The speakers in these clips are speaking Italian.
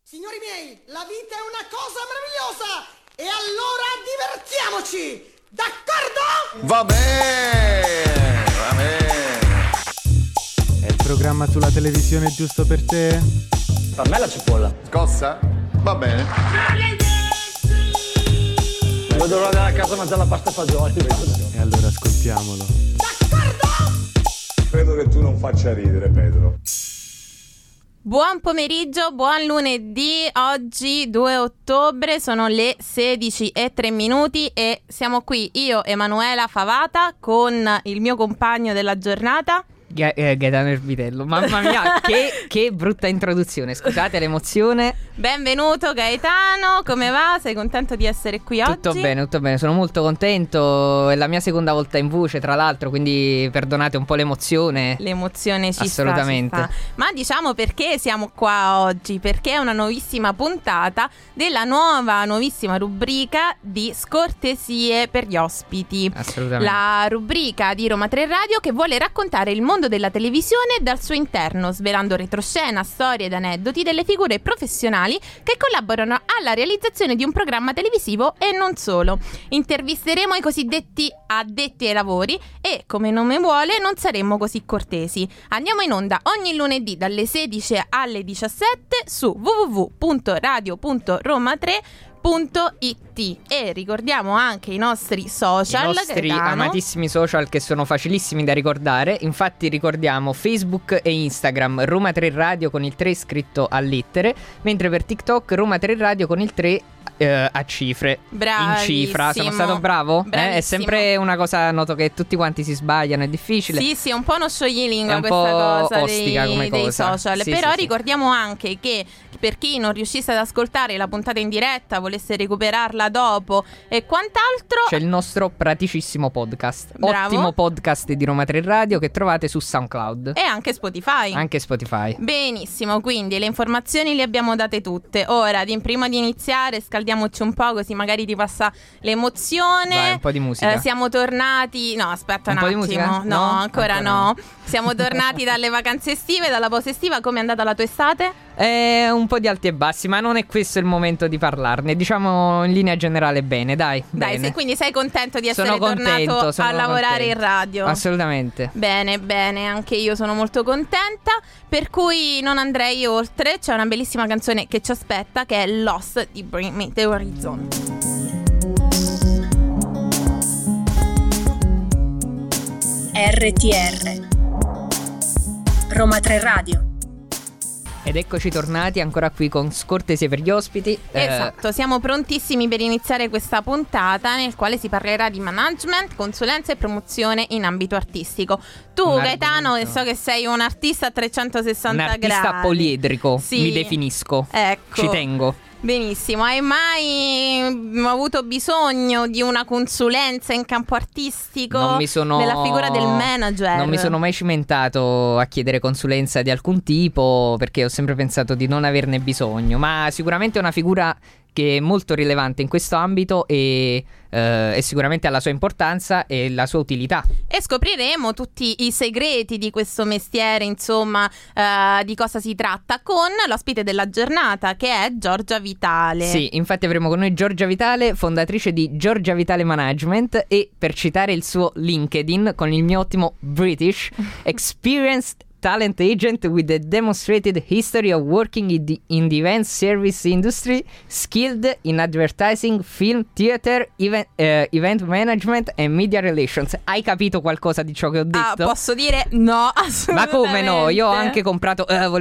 Signori miei, la vita è una cosa meravigliosa e allora divertiamoci, d'accordo? Va bene, va bene. È il programma sulla televisione giusto per te? Per me la cipolla. Scossa? Va bene. Non vedo l'ora andare a casa a mangiare la pasta e fagioli. E allora ascoltiamolo. D'accordo? Credo che tu non faccia ridere, Pedro. Buon pomeriggio, buon lunedì, oggi 2 ottobre, sono le 16:03 e siamo qui io, Emanuela Favata, con il mio compagno della giornata. Gaetano Ervitello. Mamma mia, che brutta introduzione, scusate l'emozione. Benvenuto Gaetano, come va? Sei contento di essere qui oggi? Tutto bene, sono molto contento. È la mia seconda volta in voce, tra l'altro, quindi perdonate un po' l'emozione. L'emozione ci assolutamente sta. Ma diciamo perché siamo qua oggi? Perché è una nuovissima puntata della nuovissima rubrica di Scortesie per gli ospiti. Assolutamente. La rubrica di Roma 3 Radio che vuole raccontare il mondo della televisione dal suo interno, svelando retroscena, storie ed aneddoti delle figure professionali che collaborano alla realizzazione di un programma televisivo e non solo. Intervisteremo i cosiddetti addetti ai lavori e, come nome vuole, non saremmo così cortesi. Andiamo in onda ogni lunedì dalle 16 alle 17 su www.radio.roma3.it e ricordiamo anche i nostri social, i nostri Gaetano. amatissimi social che sono facilissimi da ricordare. Infatti ricordiamo Facebook e Instagram Roma 3 Radio con il 3 scritto a lettere, mentre per TikTok Roma 3 Radio con il 3 a cifre. Bravissimo. In cifra. Sono stato bravo? È sempre una cosa, noto che tutti quanti si sbagliano, è difficile. Sì, è un po' uno scioglilingua è un questa po' cosa ostica dei cosa. social. Sì, però sì, ricordiamo anche che per chi non riuscisse ad ascoltare la puntata in diretta, volesse recuperarla dopo e quant'altro, c'è il nostro praticissimo podcast. Bravo. Ottimo podcast di Roma 3 Radio che trovate su SoundCloud e anche Spotify. Benissimo, quindi le informazioni le abbiamo date tutte. Ora, prima di iniziare, scaldiamoci un po', così magari ti passa l'emozione. Vai, un po' di musica. Siamo tornati. No, aspetta un po' attimo. di musica? No, ancora no. Siamo tornati dalle vacanze estive, dalla pausa estiva. Come è andata la tua estate? Un po' di alti e bassi, ma non è questo il momento di parlarne. Diciamo in linea generale bene, dai. Dai, quindi sei contento di essere sono tornato a lavorare in radio? Assolutamente. Bene, anche io sono molto contenta. Per cui non andrei oltre. C'è una bellissima canzone che ci aspetta, che è Lost di Bring Me the Horizon. RTR Roma 3 Radio. Ed eccoci tornati ancora qui con Scortesie per gli ospiti. Esatto, siamo prontissimi per iniziare questa puntata nel quale si parlerà di management, consulenza e promozione in ambito artistico. Tu, Gaetano, so che sei un artista a 360 gradi. Un artista poliedrico, sì. Mi definisco. Ecco. Ci tengo. Benissimo, hai mai avuto bisogno di una consulenza in campo artistico? Della figura del manager? Non mi sono mai cimentato a chiedere consulenza di alcun tipo, perché ho sempre pensato di non averne bisogno, ma sicuramente è una figura che è molto rilevante in questo ambito e sicuramente ha la sua importanza e la sua utilità. E scopriremo tutti i segreti di questo mestiere, insomma, di cosa si tratta, con l'ospite della giornata, che è Giorgia Vitale. Sì, infatti avremo con noi Giorgia Vitale, fondatrice di Giorgia Vitale Management e, per citare il suo LinkedIn con il mio ottimo British, experienced talent agent with a demonstrated history of working in the event service industry, skilled in advertising, film, theater, event management and media relations. Hai capito qualcosa di ciò che ho detto? Posso dire no, assolutamente. Ma come no? Io ho anche comprato,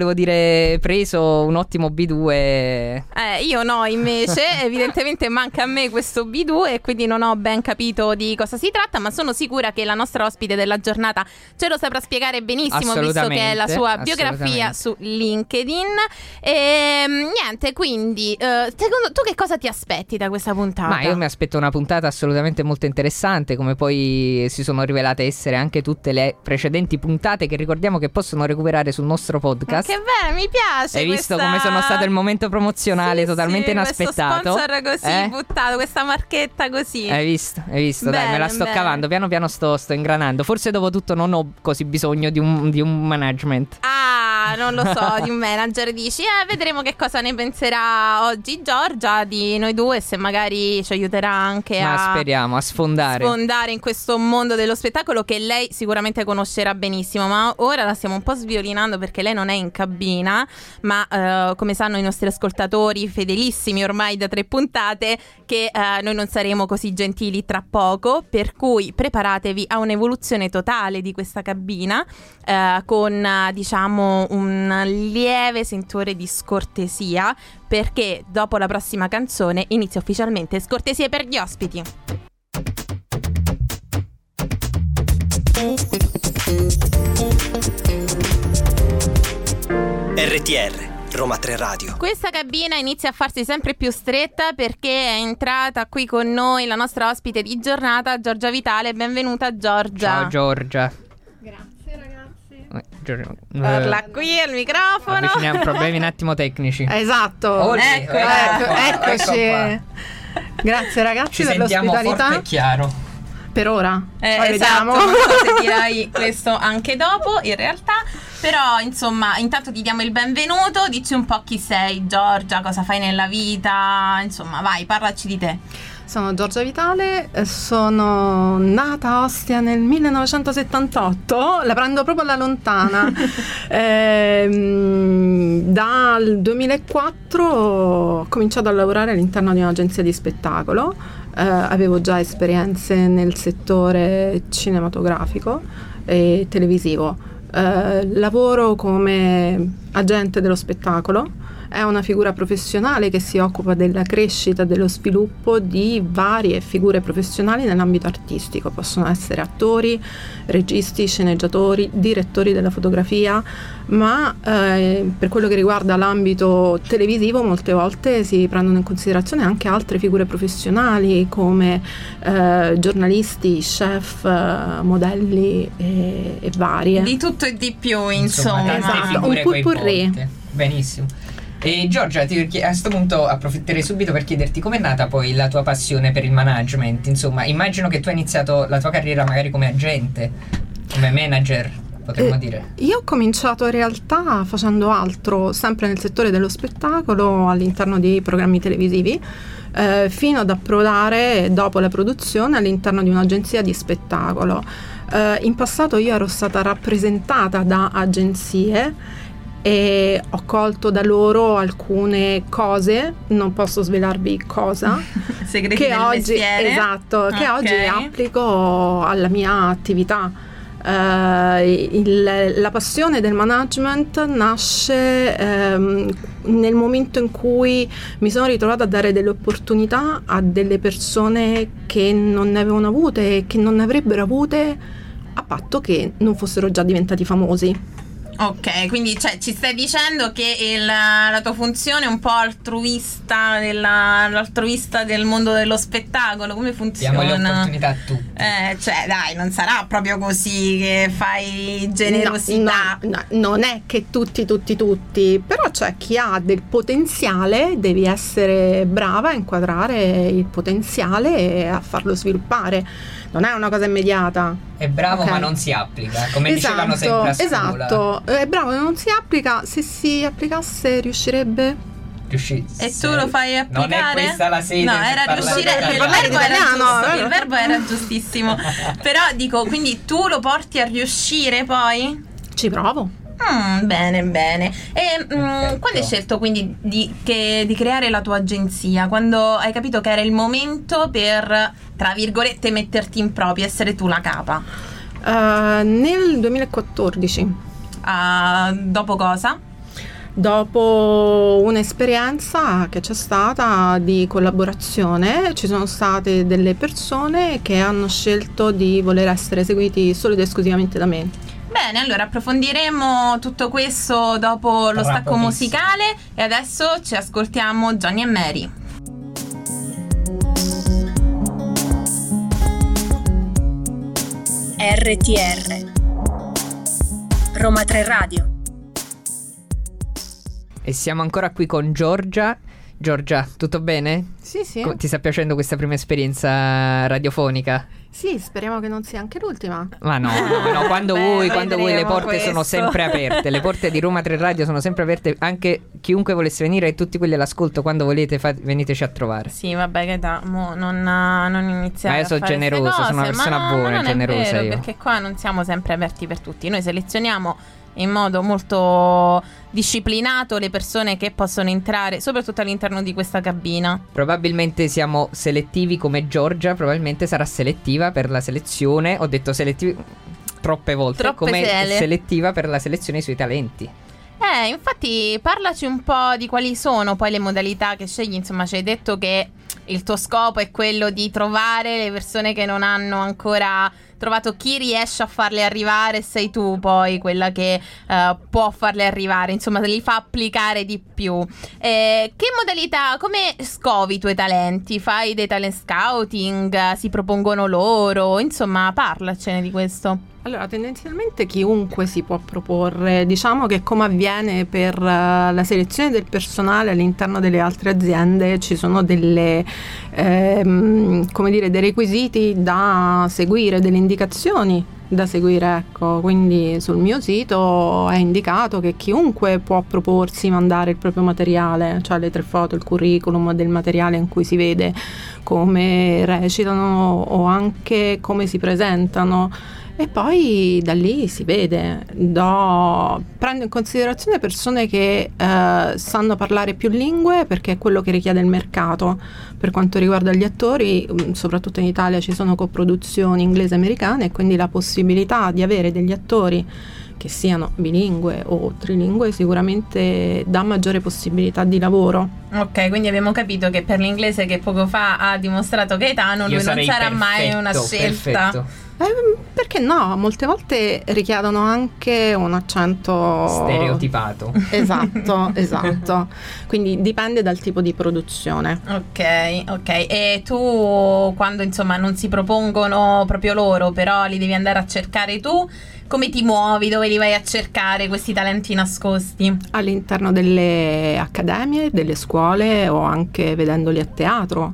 preso un ottimo B2. Io no, invece, evidentemente manca a me questo B2 e quindi non ho ben capito di cosa si tratta, ma sono sicura che la nostra ospite della giornata ce lo saprà spiegare benissimo, visto che è la sua biografia su LinkedIn. E niente, quindi secondo tu che cosa ti aspetti da questa puntata? Ma io mi aspetto una puntata assolutamente molto interessante, come poi si sono rivelate essere anche tutte le precedenti puntate, che ricordiamo che possono recuperare sul nostro podcast. Che bello, mi piace. Hai visto come sono stato il momento promozionale totalmente inaspettato? Questo sponsor così buttato, questa marchetta così. Hai visto? Bene, dai, me la sto cavando, piano piano sto ingranando. Forse dopo tutto non ho così bisogno di un management. non lo so, di un manager, dici vedremo che cosa ne penserà oggi Giorgia di noi due, se magari ci aiuterà anche speriamo, a sfondare in questo mondo dello spettacolo che lei sicuramente conoscerà benissimo. Ma ora la stiamo un po' sviolinando perché lei non è in cabina, ma come sanno i nostri ascoltatori fedelissimi ormai da 3 puntate che noi non saremo così gentili tra poco, per cui preparatevi a un'evoluzione totale di questa cabina, con diciamo un lieve sentore di scortesia, perché dopo la prossima canzone inizia ufficialmente Scortesie per gli ospiti. RTR Roma 3 Radio. Questa cabina inizia a farsi sempre più stretta perché è entrata qui con noi la nostra ospite di giornata, Giorgia Vitale. Benvenuta Giorgia. Ciao Giorgia. Grazie. Parla qui al microfono. Avviciniamo problemi un attimo tecnici. Esatto. Eccoci. Grazie ragazzi Ci per sentiamo l'ospitalità. forte e chiaro. Per ora. Poi esatto, vediamo. non so se dirai questo anche dopo in realtà. Però insomma, intanto ti diamo il benvenuto. Dici un po' chi sei Giorgia, cosa fai nella vita. Insomma vai, parlaci di te. Sono Giorgia Vitale, sono nata a Ostia nel 1978, la prendo proprio alla lontana. Dal 2004 ho cominciato a lavorare all'interno di un'agenzia di spettacolo, avevo già esperienze nel settore cinematografico e televisivo. Lavoro come agente dello spettacolo. È una figura professionale che si occupa della crescita e dello sviluppo di varie figure professionali nell'ambito artistico. Possono essere attori, registi, sceneggiatori, direttori della fotografia, ma per quello che riguarda l'ambito televisivo molte volte si prendono in considerazione anche altre figure professionali come giornalisti, chef, modelli e varie. Di tutto e di più, insomma. Esatto, un purpurri. Benissimo. E Giorgia, a questo punto approfitterei subito per chiederti com'è nata poi la tua passione per il management. Insomma, immagino che tu hai iniziato la tua carriera magari come agente, come manager, potremmo dire. Io ho cominciato in realtà facendo altro, sempre nel settore dello spettacolo, all'interno di programmi televisivi, fino ad approdare dopo la produzione all'interno di un'agenzia di spettacolo. In passato io ero stata rappresentata da agenzie e ho colto da loro alcune cose, non posso svelarvi cosa, segreti che del oggi, mestiere. Esatto, che Ok. oggi applico alla mia attività. La passione del management nasce nel momento in cui mi sono ritrovata a dare delle opportunità a delle persone che non ne avevano avute e che non ne avrebbero avute a patto che non fossero già diventati famosi. Ok, quindi ci stai dicendo che la tua funzione è un po' altruista l'altruista del mondo dello spettacolo. Come funziona? Diamo le opportunità a tutti. Dai, non sarà proprio così che fai generosità. No, non è che tutti, però c'è chi ha del potenziale, devi essere brava a inquadrare il potenziale e a farlo sviluppare. Non è una cosa immediata. È bravo, Ok. ma non si applica, come dicevano sempre a scuola. Esatto, è bravo, non si applica. Se si applicasse riuscirebbe? E tu lo fai applicare? Non è questa la sede. No, per era parlare riuscire. italiano. Il verbo era italiano, giusto. vero? Il verbo era giustissimo. Però dico, quindi tu lo porti a riuscire poi? Ci provo. Bene. E quando hai scelto quindi di creare la tua agenzia? Quando hai capito che era il momento per, tra virgolette, metterti in proprio, essere tu la capa? Nel 2014. Dopo cosa? Dopo un'esperienza che c'è stata di collaborazione, ci sono state delle persone che hanno scelto di voler essere seguiti solo ed esclusivamente da me. Bene, allora approfondiremo tutto questo dopo lo stacco pochissimo. musicale e adesso ci ascoltiamo Johnny e Mary. RTR Roma 3 Radio. E siamo ancora qui con Giorgia. Giorgia, tutto bene? Sì. Ti sta piacendo questa prima esperienza radiofonica? Sì, speriamo che non sia anche l'ultima. Ma no, quando vuoi, le porte sono questo. sempre aperte. Le porte di Roma 3 Radio sono sempre aperte, anche chiunque volesse venire e tutti quelli all'ascolto, quando volete veniteci a trovare. Sì, vabbè, che non iniziare. Ma io sono a fare generoso, queste sono una cose, persona ma buona, non è generosa vero, io. perché qua non siamo sempre aperti per tutti. Noi selezioniamo in modo molto disciplinato le persone che possono entrare, soprattutto all'interno di questa cabina. Probabilmente siamo selettivi come Giorgia, probabilmente sarà selettiva per la selezione. Ho detto selettivi troppe volte, Troppe come sele. selettiva per la selezione dei suoi talenti. Infatti parlaci un po' di quali sono poi le modalità che scegli. Insomma, ci hai detto che il tuo scopo è quello di trovare le persone che non hanno ancora trovato chi riesce a farle arrivare. Sei tu poi quella che può farle arrivare, insomma li fa applicare di più. Che modalità, come scovi i tuoi talenti? Fai dei talent scouting? Si propongono loro? Insomma, parlacene di questo. Allora, tendenzialmente chiunque si può proporre. Diciamo che come avviene per la selezione del personale all'interno delle altre aziende, ci sono dei requisiti da seguire, delle indicazioni da seguire, ecco. Quindi sul mio sito è indicato che chiunque può proporsi mandare il proprio materiale, cioè le 3 foto, il curriculum del materiale in cui si vede come recitano o anche come si presentano. E poi da lì si vede, prendo in considerazione persone che sanno parlare più lingue, perché è quello che richiede il mercato. Per quanto riguarda gli attori, soprattutto in Italia ci sono coproduzioni inglese e americane, e quindi la possibilità di avere degli attori che siano bilingue o trilingue sicuramente dà maggiore possibilità di lavoro. Ok, quindi abbiamo capito che per l'inglese che poco fa ha dimostrato Gaetano, lui non sarà mai una scelta. Perfetto. Perché no? Molte volte richiedono anche un accento stereotipato. Esatto. Quindi dipende dal tipo di produzione. Ok. E tu, quando insomma non si propongono proprio loro, però li devi andare a cercare tu, come ti muovi? Dove li vai a cercare questi talenti nascosti? All'interno delle accademie, delle scuole, o anche vedendoli a teatro.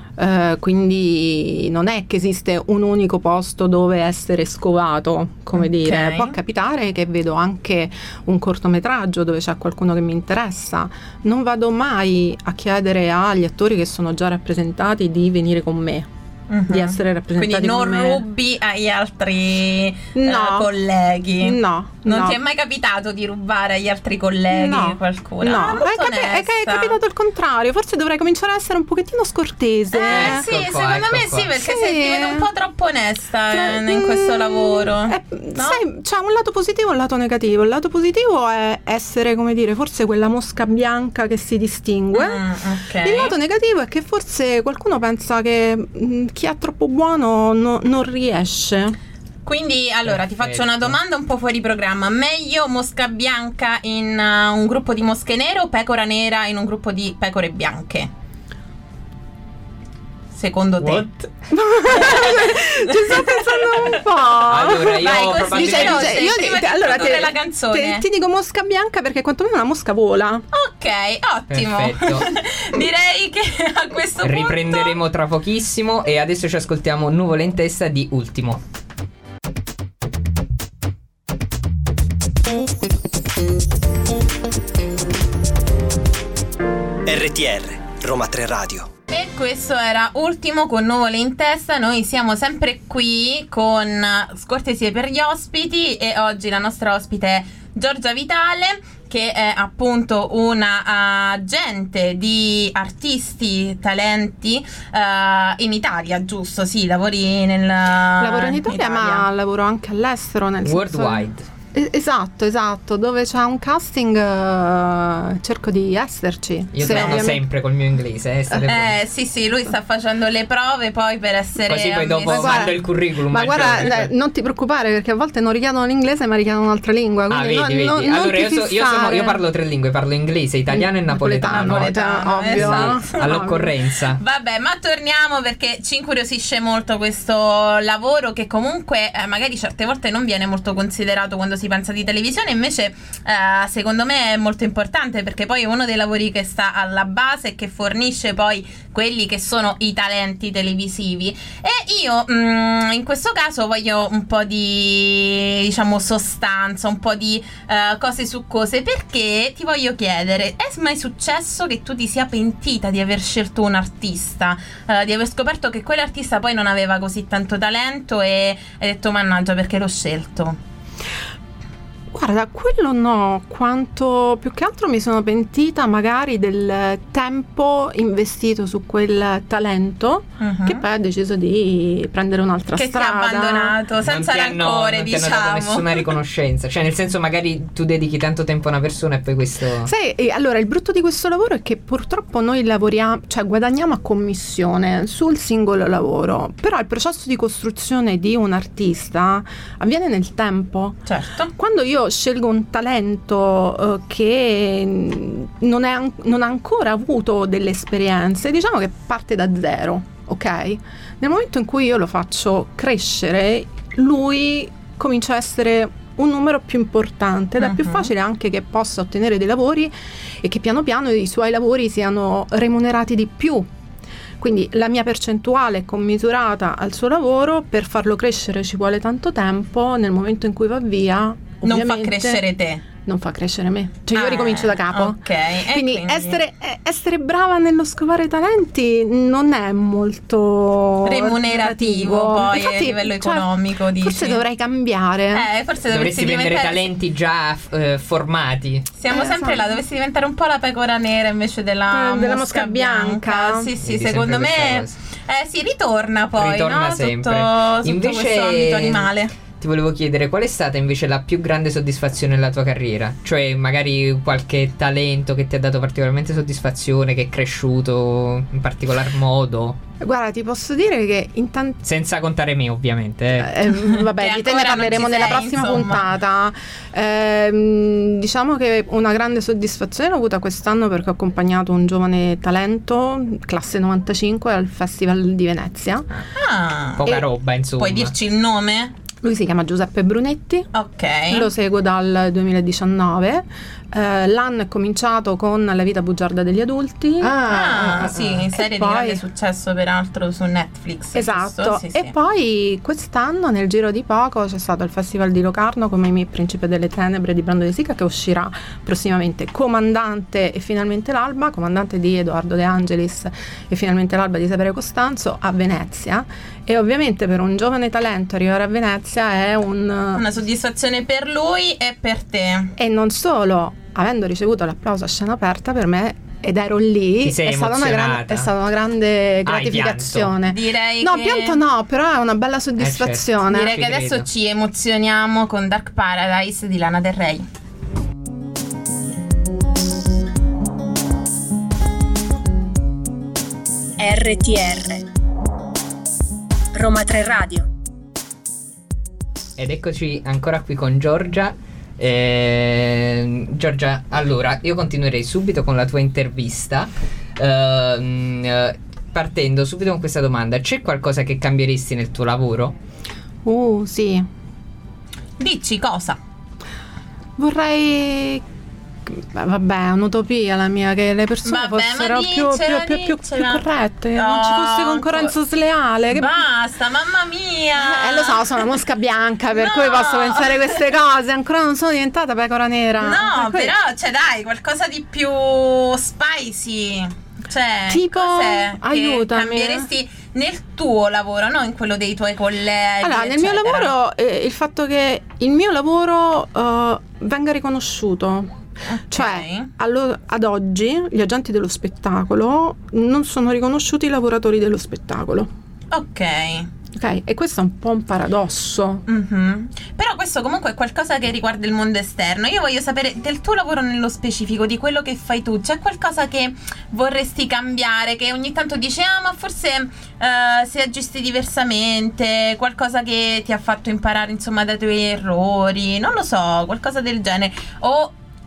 Quindi non è che esiste un unico posto dove essere scovato, come dire. Può capitare che vedo anche un cortometraggio dove c'è qualcuno che mi interessa. Non vado mai a chiedere agli attori che sono già rappresentati di venire con me, di essere rappresentati. Quindi non con me. rubi agli altri colleghi? No. Non ti è mai capitato di rubare agli altri colleghi qualcuno? No, è capitato il contrario. Forse dovrei cominciare a essere un pochettino scortese. Secondo me sì, perché ti vedo un po' troppo onesta in questo lavoro. No? Sai, c'è un lato positivo e un lato negativo. Il lato positivo è essere, come dire, forse quella mosca bianca che si distingue. Il lato negativo è che forse qualcuno pensa che chi è troppo buono non riesce. Quindi allora ti faccio una domanda un po' fuori programma. Meglio mosca bianca in un gruppo di mosche nere o pecora nera in un gruppo di pecore bianche? Secondo te? Ci sto pensando un po'. Allora io la canzone. Ti dico mosca bianca perché quantomeno una mosca vola. Ok, ottimo. Perfetto. Direi che a questo punto riprenderemo tra pochissimo, e adesso ci ascoltiamo Nuvole in testa di Ultimo. RTR, Roma 3 Radio. E questo era Ultimo con Nuvole in testa. Noi siamo sempre qui con scortesie per gli ospiti, e oggi la nostra ospite è Giorgia Vitale, che è appunto una agente di artisti, talenti in Italia, giusto? Sì, lavoro in Italia, ma lavoro anche all'estero, nel worldwide. senso. Esatto, dove c'è un casting cerco di esserci. Io torno sempre col mio inglese. Sì, lui sta facendo le prove poi per essere così poi dopo mando il curriculum. Ma guarda, non ti preoccupare, perché a volte non richiedono l'inglese ma richiedono un'altra lingua. Vedi. Allora io parlo 3 lingue, parlo inglese, italiano e napoletano. Ovvio. Esatto. All'occorrenza. Vabbè, ma torniamo, perché ci incuriosisce molto questo lavoro, che comunque magari certe volte non viene molto considerato quando si si pensa di televisione, invece secondo me è molto importante, perché poi è uno dei lavori che sta alla base e che fornisce poi quelli che sono i talenti televisivi. E io in questo caso voglio un po' di, diciamo, sostanza, un po' di cose su cose, perché ti voglio chiedere: è mai successo che tu ti sia pentita di aver scelto un artista, di aver scoperto che quell'artista poi non aveva così tanto talento e hai detto mannaggia, perché l'ho scelto? Guarda, quello no, quanto più che altro mi sono pentita magari del tempo investito su quel talento, che poi ha deciso di prendere un'altra strada. Che ti ha abbandonato senza rancore, non diciamo. ti hanno dato nessuna riconoscenza. Cioè, nel senso, magari tu dedichi tanto tempo a una persona e poi questo... Sai, allora il brutto di questo lavoro è che purtroppo noi lavoriamo, cioè guadagniamo a commissione sul singolo lavoro, però il processo di costruzione di un artista avviene nel tempo. Certo. Quando io scelgo un talento che non ha ancora avuto delle esperienze, diciamo che parte da zero, ok? Nel momento in cui io lo faccio crescere, lui comincia a essere un numero più importante ed è più facile anche che possa ottenere dei lavori e che piano piano i suoi lavori siano remunerati di più. Quindi la mia percentuale è commisurata al suo lavoro. Per farlo crescere ci vuole tanto tempo. Nel momento in cui va via, non fa crescere te, non fa crescere me, cioè io ricomincio da capo. Ok. Quindi essere brava nello scovare talenti non è molto remunerativo poi. Infatti, a livello economico, dici? Forse dovrei cambiare. Forse dovresti prendere talenti già formati. Siamo sempre là, dovresti diventare un po' la pecora nera invece della mosca bianca. Sì, vedi, secondo me si ritorna poi, ritorna no? sempre. Tutto Invece, questo ambito animale. Ti volevo chiedere, qual è stata invece la più grande soddisfazione nella tua carriera? Cioè magari qualche talento che ti ha dato particolarmente soddisfazione, che è cresciuto in particolar modo? Guarda, ti posso dire che senza contare me, ovviamente. Vabbè, di te ne parleremo nella prossima puntata. Diciamo che una grande soddisfazione l'ho avuta quest'anno perché ho accompagnato un giovane talento, classe 95, al Festival di Venezia. Poca roba, insomma. Puoi dirci il nome? Lui si chiama Giuseppe Brunetti. Ok. Lo seguo dal 2019. L'anno è cominciato con La vita bugiarda degli adulti. Sì, serie di grande successo peraltro su Netflix. Esatto. Sì, e poi quest'anno nel giro di poco c'è stato il Festival di Locarno come Mimì Principe delle Tenebre di Brando De Sica, che uscirà prossimamente. Comandante e Finalmente l'alba, Comandante di Edoardo De Angelis e Finalmente l'alba di Saverio Costanzo, a Venezia. E ovviamente per un giovane talento arrivare a Venezia è una soddisfazione per lui e per te. E non solo, avendo ricevuto l'applauso a scena aperta per me, ed ero lì, è stata una grande gratificazione. Direi pianto no, però è una bella soddisfazione. Direi che adesso ci emozioniamo con Dark Paradise di Lana Del Rey. RTR Roma 3 Radio. Ed eccoci ancora qui con Giorgia. Giorgia, allora io continuerei subito con la tua intervista, partendo subito con questa domanda: c'è qualcosa che cambieresti nel tuo lavoro? Sì. Dici cosa? Vorrei... Vabbè, è un'utopia la mia, che le persone fossero più corrette, non ci fosse concorrenza sleale. Basta, mamma mia! Lo so, sono una mosca bianca, per cui posso pensare queste cose. Ancora non sono diventata pecora nera. No, però, dai, qualcosa di più spicy. Cioè, tipo, aiutami. Cambieresti nel tuo lavoro, non in quello dei tuoi colleghi? Allora, nel mio lavoro, il fatto che il mio lavoro venga riconosciuto. Okay. Cioè, ad oggi gli agenti dello spettacolo non sono riconosciuti i lavoratori dello spettacolo. Ok, e questo è un po' un paradosso. Però questo comunque è qualcosa che riguarda il mondo esterno. Io voglio sapere del tuo lavoro nello specifico, di quello che fai tu. C'è qualcosa che vorresti cambiare, che ogni tanto dici ma forse si agissi diversamente, qualcosa che ti ha fatto imparare insomma dai tuoi errori, non lo so, qualcosa del genere, o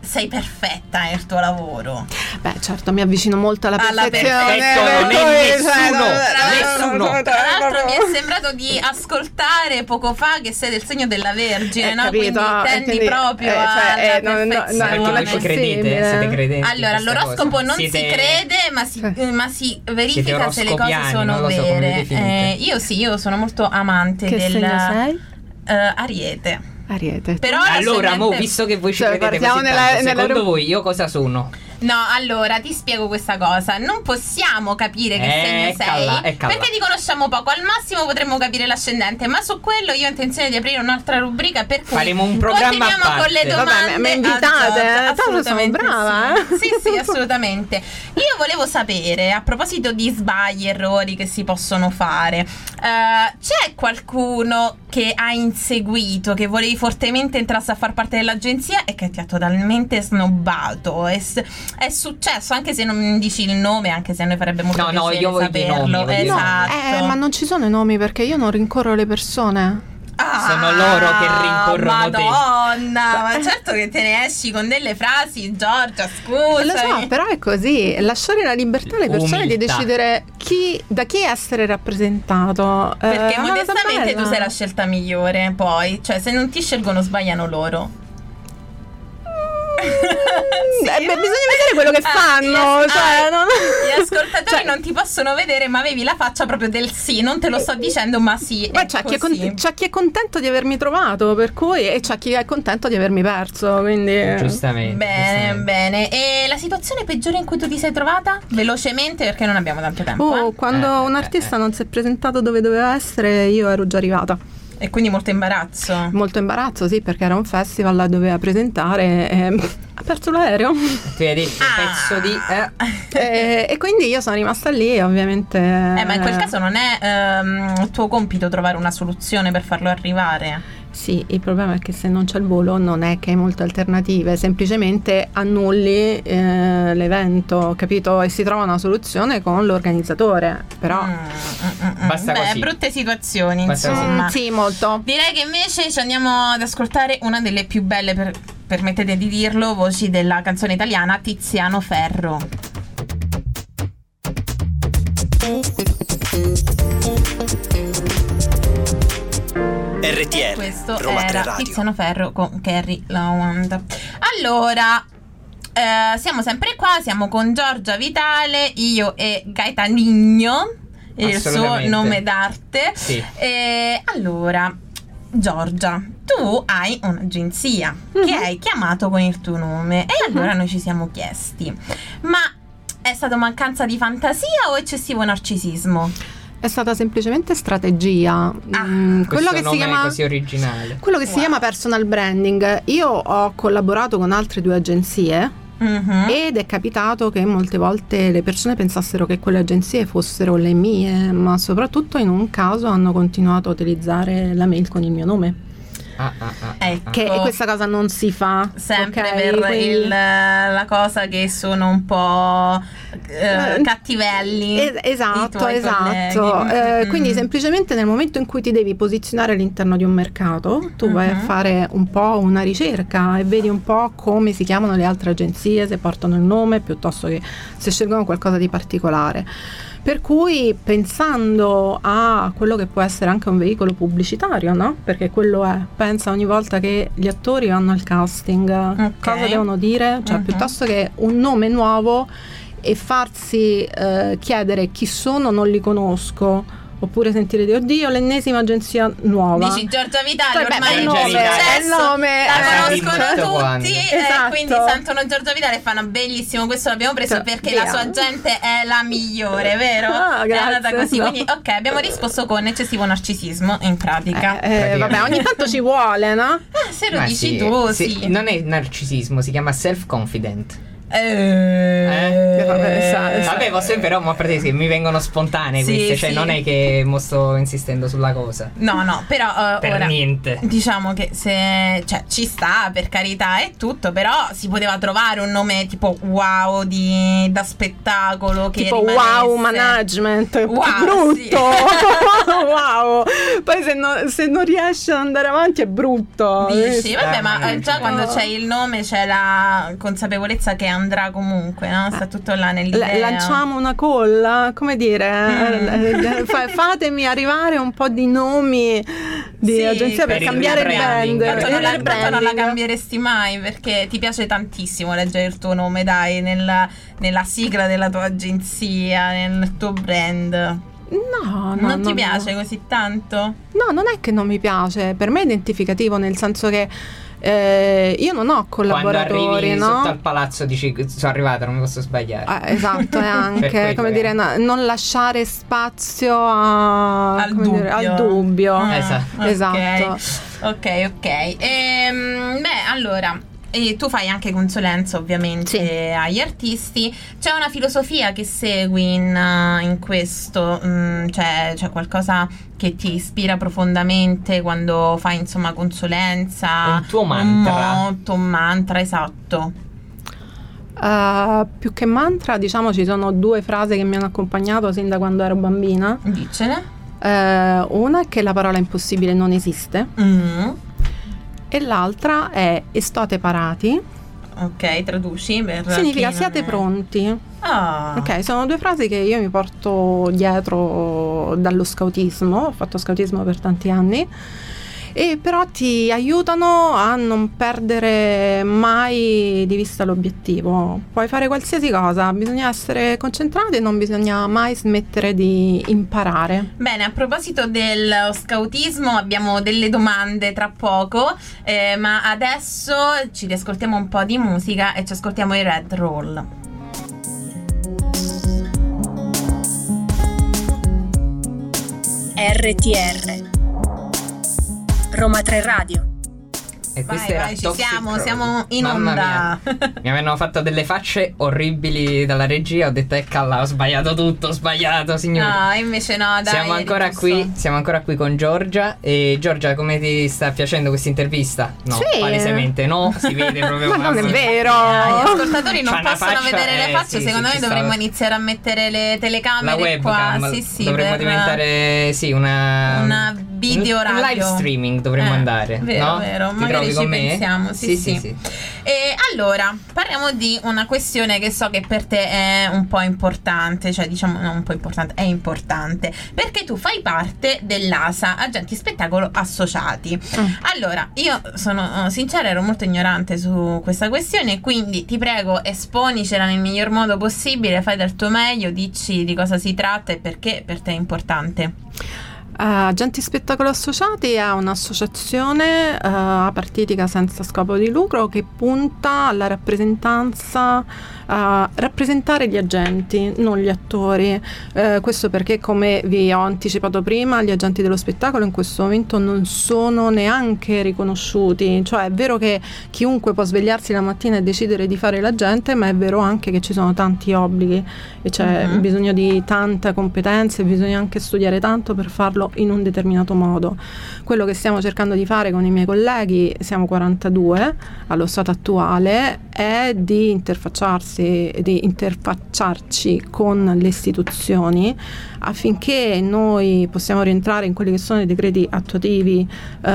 sei perfetta nel tuo lavoro. Beh, certo, mi avvicino molto alla Alla perfezione. perfetto non è nessuno. Tra l'altro mi è sembrato di ascoltare poco fa che sei del segno della Vergine, no? Capito? Quindi tendi Quindi, proprio alla perfezione. Perché voi ci credete? Siete credenti? Allora, in questa all'oroscopo cosa? non Siete- si crede, ma si verifica se le cose oroscopiani, sono non lo so come vi vere. definite. Io sono molto amante Che del segno sei? Ariete. Ariete. Però Allora, l'ascendente- mo, visto che voi ci Cioè, credete partiamo così nella- tanto, nella- secondo voi io cosa sono? No, allora ti spiego questa cosa. Non possiamo capire che segno sei Eccala. perché ti conosciamo poco. Al massimo potremmo capire l'ascendente, ma su quello io ho intenzione di aprire un'altra rubrica per cui Faremo un programma a continuiamo parte. con le domande. Vabbè, mi invitate, Giorgia. tanto sono brava, Sì, assolutamente. Io volevo sapere, a proposito di sbagli, errori che si possono fare, c'è qualcuno che hai inseguito, che volevi fortemente entrasse a far parte dell'agenzia e che ti ha totalmente snobbato? È successo, anche se non mi dici il nome, anche se a noi farebbe molto piacere io voglio i saperlo. nomi, voglio i nomi. Esatto. Ma non ci sono i nomi perché io non rincorro le persone. Sono loro che rincorrono te. Madonna, ma certo che te ne esci con delle frasi, Giorgia, scusa. Lo so, però è così. Lasciare la libertà alle persone di Umiltà. decidere da chi essere rappresentato. Perché è una cosa modestamente bella. tu sei la scelta migliore, poi. Cioè, se non ti scelgono, sbagliano loro. Bisogna vedere quello che fanno. Gli ascoltatori non ti possono vedere, ma avevi la faccia proprio del sì. Non te lo sto dicendo, ma sì. Ma c'è chi è contento di avermi trovato, per cui, e c'è chi è contento di avermi perso. Quindi Giustamente. Bene. E la situazione peggiore in cui tu ti sei trovata? Velocemente, perché non abbiamo tanto tempo. Quando un artista non si è presentato dove doveva essere, io ero già arrivata. E quindi molto imbarazzo. Molto imbarazzo, sì, perché era un festival, la doveva presentare e ha perso l'aereo. Tu hai detto pezzo di E quindi io sono rimasta lì, ovviamente. Ma in quel caso non è tuo compito trovare una soluzione per farlo arrivare? Sì, il problema è che se non c'è il volo non è che hai molte alternative, semplicemente annulli l'evento, capito? E si trova una soluzione con l'organizzatore, però basta così. Brutte situazioni, Basta insomma. Sì, molto. Direi che invece ci andiamo ad ascoltare una delle più belle, permettete di dirlo, voci della canzone italiana, Tiziano Ferro. RTR, Questo Roma 3 era Radio. Tiziano Ferro con Carrie Lawand. Allora, siamo sempre qua, siamo con Giorgia Vitale, io e Gaetanigno, il suo nome d'arte. Sì. Allora, Giorgia, tu hai un'agenzia che hai chiamato con il tuo nome e allora noi ci siamo chiesti, ma è stata mancanza di fantasia o eccessivo narcisismo? È stata semplicemente strategia. Quello che si chiama così originale. Quello che si chiama personal branding. Io ho collaborato con altre 2 agenzie ed è capitato che molte volte le persone pensassero che quelle agenzie fossero le mie, ma soprattutto in un caso hanno continuato a utilizzare la mail con il mio nome. Ecco. Che questa cosa non si fa sempre, okay? per Quindi la cosa che sono un po' cattivelli. Esatto. colleghi. Quindi semplicemente nel momento in cui ti devi posizionare all'interno di un mercato, tu vai a fare un po' una ricerca e vedi un po' come si chiamano le altre agenzie, se portano il nome piuttosto che se scelgono qualcosa di particolare. Per cui pensando a quello che può essere anche un veicolo pubblicitario, no? Perché quello è, pensa ogni volta che gli attori vanno al casting, cosa devono dire? Cioè piuttosto che un nome nuovo e farsi chiedere chi sono, non li conosco, oppure sentire di oddio l'ennesima agenzia nuova. Dici Giorgia Vitale, Beh, ormai è il è nome, successo, è il nome, la tutto conoscono quanto. tutti, Esatto. quindi sentono Giorgia Vitale e fanno bellissimo, questo l'abbiamo preso perché via. la sua gente è la migliore, vero? Ah, è andata grazie, così, no. quindi ok, abbiamo risposto con eccessivo narcisismo in pratica. Vabbè, ogni tanto ci vuole, no? Se lo Ma dici sì, tu, sì, sì. non è narcisismo, si chiama self-confident. Vabbè, posso però ma per te sì, mi vengono spontanee queste, cioè non è che mo sto insistendo sulla cosa. No, però per ora, niente. Diciamo che se ci sta, per carità, è tutto, però si poteva trovare un nome tipo wow da spettacolo che tipo rimanesse... wow management, wow, brutto. sì. Wow. Poi se non riesci ad andare avanti è brutto. Dici, vabbè, ma già quando c'è il nome c'è la consapevolezza che andrà comunque, no? Sta tutto là nell'idea. Lanciamo una call, come dire, fatemi arrivare un po' di nomi di agenzia per cambiare brand. Tanto non la cambieresti mai, perché ti piace tantissimo leggere il tuo nome, dai, nella sigla della tua agenzia, nel tuo brand. No, non ti piace così tanto? No, non è che non mi piace, per me è identificativo, nel senso che io non ho collaboratori. Quando arrivi no? sotto al palazzo dici sono arrivata, non mi posso sbagliare. Esatto, è anche come dire, non lasciare spazio al dubbio. Esatto. Ok. Allora, e tu fai anche consulenza ovviamente agli artisti. C'è una filosofia che segui in questo? C'è qualcosa che ti ispira profondamente quando fai insomma consulenza? Il tuo mantra? Un mantra, esatto. Più che mantra, diciamo, ci sono 2 frasi che mi hanno accompagnato sin da quando ero bambina. Dicene. Una è che la parola impossibile non esiste. E l'altra è estate parati. Ok, traduci per significa siate pronti. Ok, sono 2 frasi che io mi porto dietro dallo scautismo. Ho fatto scautismo per tanti anni, e però ti aiutano a non perdere mai di vista l'obiettivo. Puoi fare qualsiasi cosa, bisogna essere concentrati e non bisogna mai smettere di imparare. Bene, a proposito dello scautismo abbiamo delle domande tra poco, ma adesso ci riascoltiamo un po' di musica e ci ascoltiamo i Red Roll. RTR Roma 3 Radio. E questo era ci siamo in Mamma onda. mia. Mi avevano fatto delle facce orribili dalla regia. Ho detto eccola, ho sbagliato tutto, signori. No, invece no, dai. Siamo ancora qui con Giorgia. E Giorgia, come ti sta piacendo questa intervista? No, palesemente no, si vede proprio. Ma non è vero. Gli ascoltatori non possono vedere le facce. sì, secondo me dovremmo iniziare a mettere le telecamere, la webcam, qua. Sì, dovremmo diventare una video radio. Un live streaming dovremmo andare. Vero, no? vero. Ti Magari ci con me? pensiamo. Sì. E allora parliamo di una questione che so che per te è un po' importante, cioè diciamo non un po' importante, è importante, perché tu fai parte dell'ASA, Agenti Spettacolo Associati. Allora, io sono sincera, ero molto ignorante su questa questione, quindi ti prego, esponicela nel miglior modo possibile, fai del tuo meglio, dici di cosa si tratta e perché per te è importante. Agenti Spettacolo Associati è un'associazione apartitica senza scopo di lucro che punta alla rappresentanza, a rappresentare gli agenti, non gli attori. Questo perché, come vi ho anticipato prima, gli agenti dello spettacolo in questo momento non sono neanche riconosciuti. Cioè è vero che chiunque può svegliarsi la mattina e decidere di fare l'agente, ma è vero anche che ci sono tanti obblighi e c'è bisogno di tanta competenza e bisogna anche studiare tanto per farlo in un determinato modo. Quello che stiamo cercando di fare con i miei colleghi, siamo 42 allo stato attuale, è di interfacciarci con le istituzioni affinché noi possiamo rientrare in quelli che sono i decreti attuativi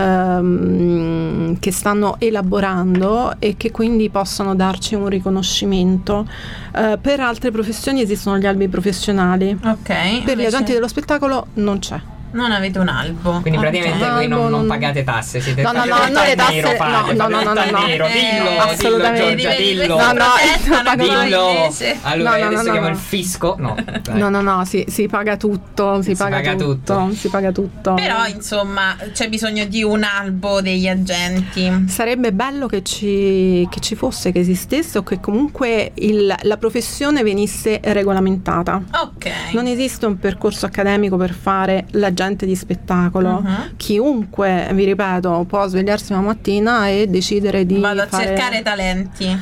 che stanno elaborando e che quindi possano darci un riconoscimento. Per altre professioni esistono gli albi professionali. Per gli agenti dello spettacolo non c'è. Non avete un albo. Quindi praticamente voi non pagate tasse, siete no, le tasse no, dillo, assolutamente Giorgia, dillo. Dillo. Allora adesso chiamo il fisco. No, si paga tutto, si paga tutto. Però insomma c'è bisogno di un albo degli agenti. Sarebbe bello che ci fosse, che esistesse, o che comunque la professione venisse regolamentata. Non esiste un percorso accademico per fare l'agente di spettacolo. Chiunque, vi ripeto, può svegliarsi una mattina e decidere di vado a cercare talenti.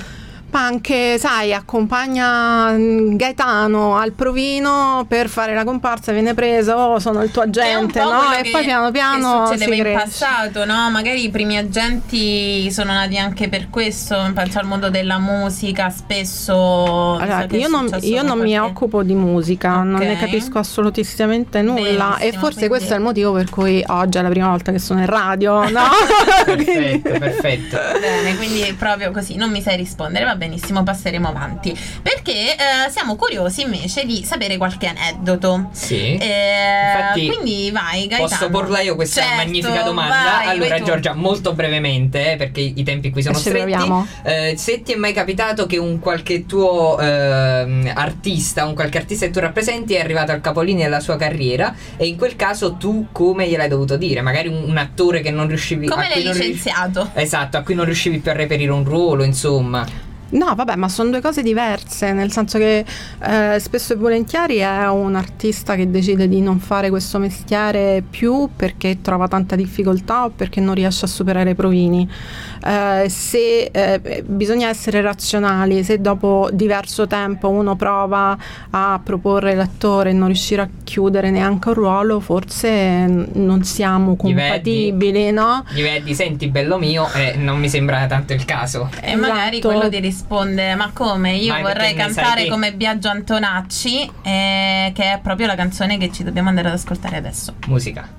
Ma anche, sai, accompagna Gaetano al provino per fare la comparsa, viene preso, sono il tuo agente, no? E poi piano piano che succedeva si in cresce. passato, no? Magari i primi agenti sono nati anche per questo. Penso al mondo della musica, spesso. Allora, io non mi occupo di musica, non ne capisco assolutissimamente nulla. Benissimo, e forse quindi... questo è il motivo per cui oggi è la prima volta che sono in radio, no? Perfetto. Bene, quindi proprio così non mi sai rispondere, va benissimo, passeremo avanti perché siamo curiosi invece di sapere qualche aneddoto. Sì. Infatti, quindi vai, Gaetano. Posso porla io questa magnifica domanda? Vai, allora, vai Giorgia, molto brevemente, perché i tempi qui sono stretti. Se ti è mai capitato che un qualche tuo artista, un qualche artista che tu rappresenti è arrivato al capolinea della sua carriera, e in quel caso tu come gliel'hai dovuto dire? Magari un attore che non riuscivi, come l'hai licenziato? Esatto, a cui non riuscivi più a reperire un ruolo, insomma. No, vabbè, ma sono due cose diverse, nel senso che spesso e volentieri è un artista che decide di non fare questo mestiere più perché trova tanta difficoltà o perché non riesce a superare i provini. Bisogna essere razionali, se dopo diverso tempo uno prova a proporre l'attore e non riuscire a chiudere neanche un ruolo, forse non siamo compatibili, no? Gli vedi, senti bello mio, non mi sembra tanto il caso. E magari quello ti risponde: ma come? Io vorrei cantare come Biagio Antonacci, che è proprio la canzone che ci dobbiamo andare ad ascoltare adesso. Musica.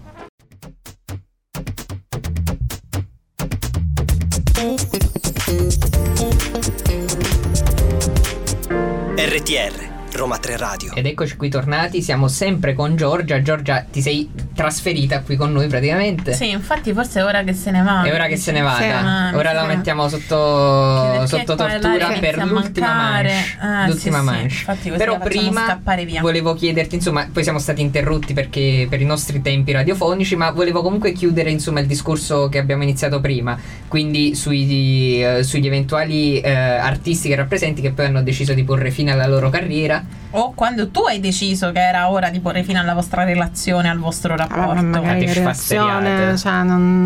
RTR Roma 3 Radio. Ed eccoci qui tornati, siamo sempre con Giorgia. Giorgia, ti sei trasferita qui con noi praticamente. Sì, infatti forse è ora che se ne va. È ora che se ne vada. Ora la mettiamo sotto tortura per l'ultima manche. Però prima volevo chiederti, insomma, poi siamo stati interrotti perché per i nostri tempi radiofonici, ma volevo comunque chiudere, insomma, il discorso che abbiamo iniziato prima, quindi sugli eventuali artisti che rappresenti che poi hanno deciso di porre fine alla loro carriera. O quando tu hai deciso che era ora di porre fine alla vostra relazione, al vostro rapporto. Magari relazione, cioè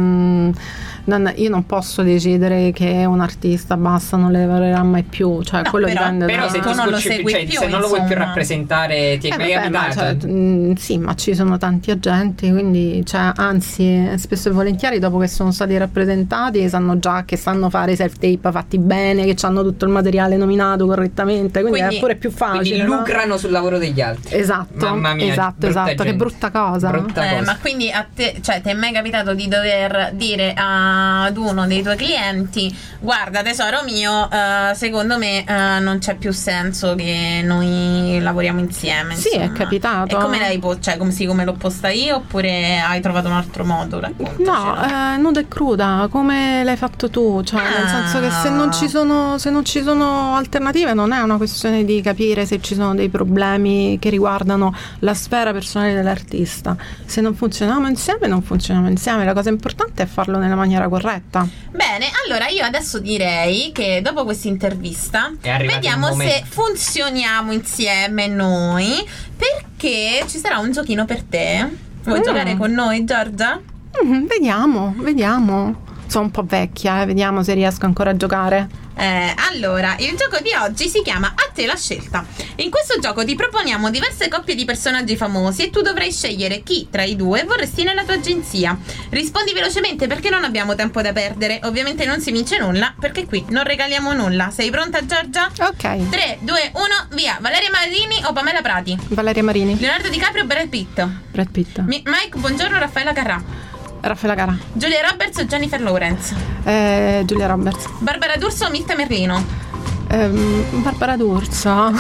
io non posso decidere che un artista basta, non le lavorerà mai più, cioè quello dipende però se tu non lo segui più, se non lo vuoi più rappresentare, ti è mai capitato? Sì, ma ci sono tanti agenti, quindi anzi spesso e volentieri dopo che sono stati rappresentati sanno già che sanno fare self tape fatti bene, che hanno tutto il materiale nominato correttamente, quindi è pure più facile, quindi lucrano sul lavoro degli altri. Esatto. Mamma mia, esatto, che brutta cosa. Ma quindi a te, cioè, ti è mai capitato di dover dire ad uno dei tuoi clienti: guarda tesoro mio, secondo me non c'è più senso che noi lavoriamo insieme, insomma. Sì, è capitato. E come l'hai come l'ho posta io, oppure hai trovato un altro modo? No, nuda e cruda, come l'hai fatto tu, cioè nel senso che se non ci sono alternative, non è una questione di capire se ci sono dei problemi che riguardano la sfera personale dell'artista. Se non funzioniamo insieme, non funzioniamo insieme. La cosa importante è farlo nella maniera corretta. Bene, allora io adesso direi che dopo questa intervista vediamo se funzioniamo insieme noi, perché ci sarà un giochino per te. Vuoi giocare con noi, Giorgia? Vediamo. Sono un po' vecchia, vediamo se riesco ancora a giocare. Allora, il gioco di oggi si chiama A te la scelta. In questo gioco ti proponiamo diverse coppie di personaggi famosi e tu dovrai scegliere chi tra i due vorresti nella tua agenzia. Rispondi velocemente perché non abbiamo tempo da perdere. Ovviamente non si vince nulla perché qui non regaliamo nulla. Sei pronta, Giorgia? Ok. 3, 2, 1, via. Valeria Marini o Pamela Prati? Valeria Marini. Leonardo DiCaprio o Brad Pitt? Brad Pitt. Mike Bongiorno o Raffaella Carrà? Raffaella Carrà. Giulia Roberts o Jennifer Lawrence? Giulia Roberts. Barbara D'Urso o Mirta Merlino? Barbara D'Urso.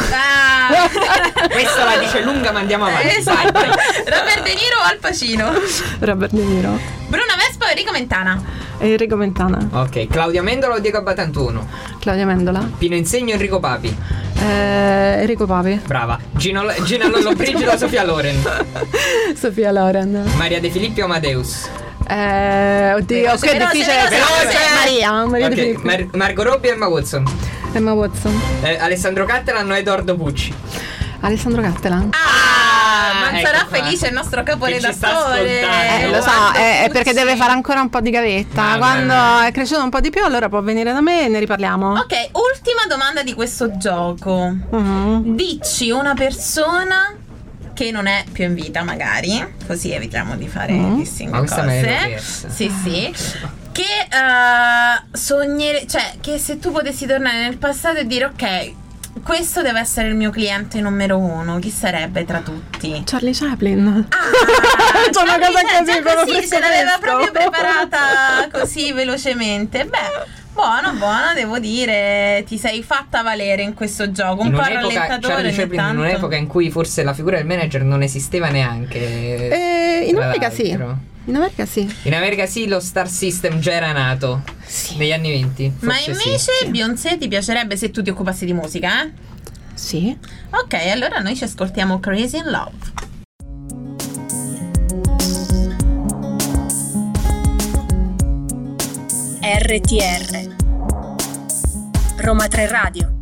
Questa la dice lunga, ma andiamo avanti. Esatto. Robert De Niro o Al Pacino? Robert De Niro. Bruno Vespa o Enrico Mentana? Enrico Mentana. Ok. Claudia Mendola o Diego Batantuono? Claudia Mendola. Pino Insegno o Enrico Papi? Enrico Papi. Brava. Gina Lollobrigida o Sofia Loren? Sofia Loren. Maria De Filippi o Amadeus? Oddio, che è difficile. Maria De Filippi. Margot Robbie o Emma Watson? Emma Watson. Alessandro Cattelan o Edoardo Pucci? Alessandro Cattelan. Ma sarà felice il nostro caporedattore. Lo so, è perché deve fare ancora un po' di gavetta. Quando è cresciuto un po' di più, allora può venire da me e ne riparliamo. Ok, ultima domanda di questo gioco. Dici una persona che non è più in vita, magari, così evitiamo di fare dissingole cose. Sì. Che cioè che se tu potessi tornare nel passato e dire ok, questo deve essere il mio cliente numero 1, chi sarebbe tra tutti? Charlie Chaplin. C'è una cosa così, se l'aveva proprio preparata così velocemente. Beh, buono, devo dire, ti sei fatta valere in questo gioco. Un po' rallentatore. Charlie Chaplin in un'epoca in cui forse la figura del manager non esisteva neanche. In America sì. In America sì, lo Star System già era nato negli anni 20. Ma invece Beyoncé ti piacerebbe se tu ti occupassi di musica, eh? Sì. Ok, allora noi ci ascoltiamo Crazy in Love. RTR Roma 3 Radio.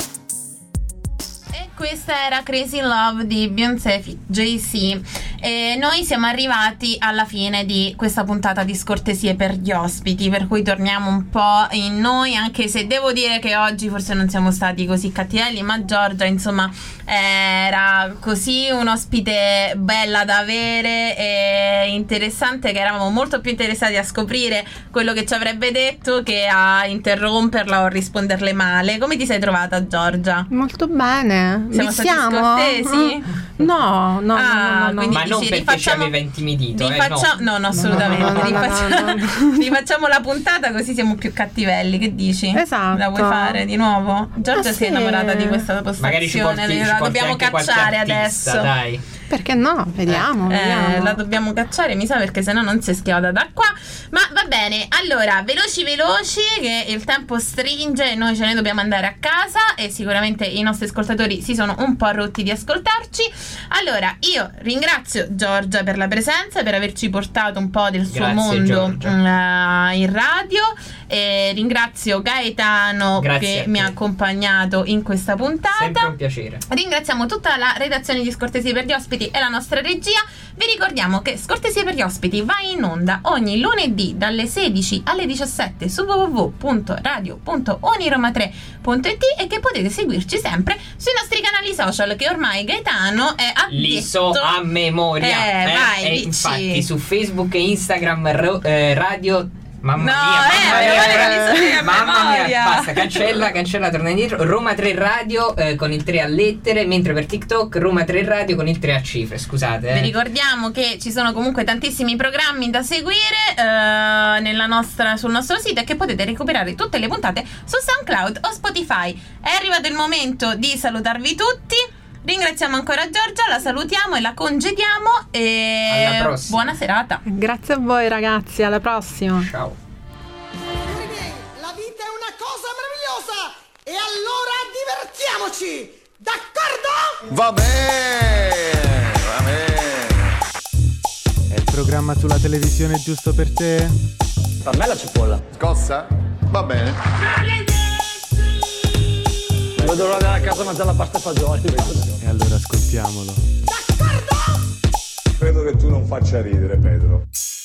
E questa era Crazy in Love di Beyoncé Jay-Z. E noi siamo arrivati alla fine di questa puntata di scortesie per gli ospiti, per cui torniamo un po' in noi, anche se devo dire che oggi forse non siamo stati così cattivelli, ma Giorgia insomma era così un ospite bella da avere e interessante, che eravamo molto più interessati a scoprire quello che ci avrebbe detto che a interromperla o risponderle male. Come ti sei trovata, Giorgia? Molto bene. Siamo stati scortesi? No. Ma non perché ci aveva intimidito. No, assolutamente. Rifacciamo la puntata così siamo più cattivelli. Che dici? Esatto. La vuoi fare di nuovo? Giorgia si è innamorata di questa postazione. La dobbiamo cacciare adesso. Dai. Perché no? Vediamo. La dobbiamo cacciare, mi sa, perché sennò non si schioda da qua. Ma va bene, allora, veloci che il tempo stringe e noi ce ne dobbiamo andare a casa e sicuramente i nostri ascoltatori si sono un po' rotti di ascoltarci. Allora, io ringrazio Giorgia per la presenza, per averci portato un po' del suo mondo in radio, e ringrazio Gaetano che mi ha accompagnato in questa puntata. Sempre un piacere. Ringraziamo tutta la redazione di Scortesie per gli ospiti e la nostra regia. Vi ricordiamo che Scortesie per gli ospiti va in onda ogni lunedì dalle 16 alle 17 su www.radio.oniroma3.it e che potete seguirci sempre sui nostri canali social, che ormai Gaetano è addetto. Li so a memoria. Vai, infatti su Facebook e Instagram radio. Mamma mia, basta, cancella, torna indietro. Roma 3 Radio con il 3 a lettere, mentre per TikTok Roma 3 Radio con il 3 a cifre, scusate. Vi ricordiamo che ci sono comunque tantissimi programmi da seguire sul nostro sito e che potete recuperare tutte le puntate su SoundCloud o Spotify. È arrivato il momento di salutarvi tutti. Ringraziamo ancora Giorgia, la salutiamo e la congediamo e alla prossima. Buona serata. Grazie a voi ragazzi, alla prossima. Ciao. La vita è una cosa meravigliosa e allora divertiamoci, d'accordo? Va bene. È il programma sulla televisione giusto per te? Per me la cipolla. Scossa? Va bene. Non vedo l'ora di andare a casa a mangiare la pasta e fagioli. E allora ascoltiamolo. D'accordo? Credo che tu non faccia ridere, Pedro.